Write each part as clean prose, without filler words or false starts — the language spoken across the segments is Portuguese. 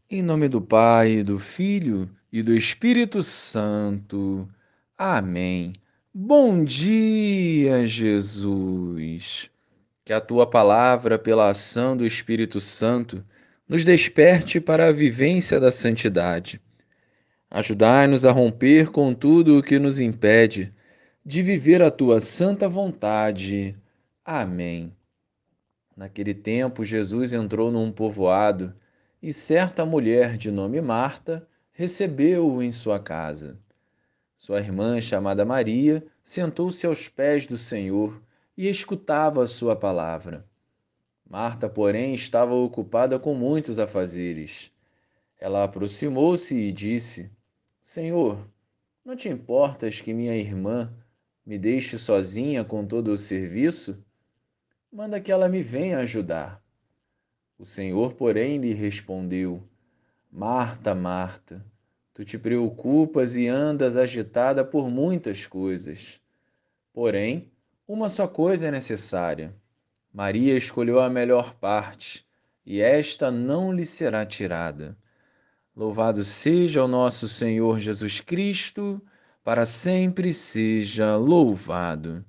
Em nome do Pai, do Filho e do Espírito Santo. Amém. Bom dia, Jesus. Que a tua palavra, pela ação do Espírito Santo, nos desperte para a vivência da santidade. Ajudai-nos a romper com tudo o que nos impede de viver a tua santa vontade. Amém. Naquele tempo, Jesus entrou num povoado e certa mulher de nome Marta recebeu-o em sua casa. Sua irmã, chamada Maria, sentou-se aos pés do Senhor e escutava a sua palavra. Marta, porém, estava ocupada com muitos afazeres. Ela aproximou-se e disse: Senhor, não te importas que minha irmã me deixe sozinha com todo o serviço? Manda que ela me venha ajudar. O Senhor, porém, lhe respondeu: Marta, Marta, tu te preocupas e andas agitada por muitas coisas. Porém, uma só coisa é necessária. Maria escolheu a melhor parte, e esta não lhe será tirada. Louvado seja o nosso Senhor Jesus Cristo, para sempre seja louvado.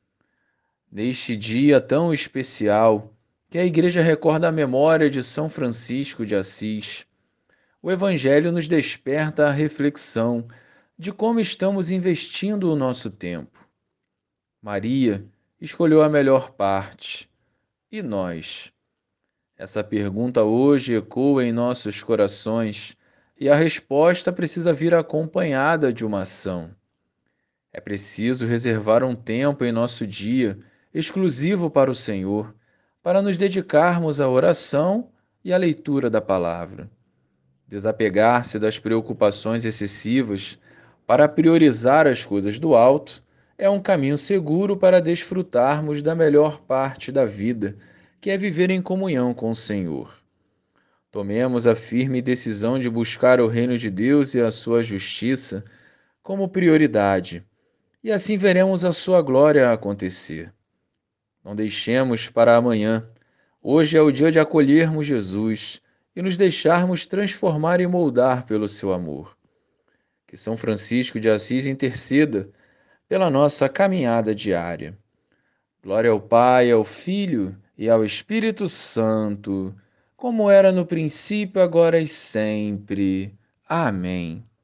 Neste dia tão especial, que a Igreja recorda a memória de São Francisco de Assis, o Evangelho nos desperta a reflexão de como estamos investindo o nosso tempo. Maria escolheu a melhor parte. E nós? Essa pergunta hoje ecoa em nossos corações e a resposta precisa vir acompanhada de uma ação. É preciso reservar um tempo em nosso dia exclusivo para o Senhor, para nos dedicarmos à oração e à leitura da palavra. Desapegar-se das preocupações excessivas para priorizar as coisas do alto é um caminho seguro para desfrutarmos da melhor parte da vida, que é viver em comunhão com o Senhor. Tomemos a firme decisão de buscar o reino de Deus e a sua justiça como prioridade, e assim veremos a sua glória acontecer. Não deixemos para amanhã. Hoje é o dia de acolhermos Jesus e nos deixarmos transformar e moldar pelo seu amor. Que São Francisco de Assis interceda pela nossa caminhada diária. Glória ao Pai, ao Filho e ao Espírito Santo, como era no princípio, agora e sempre. Amém.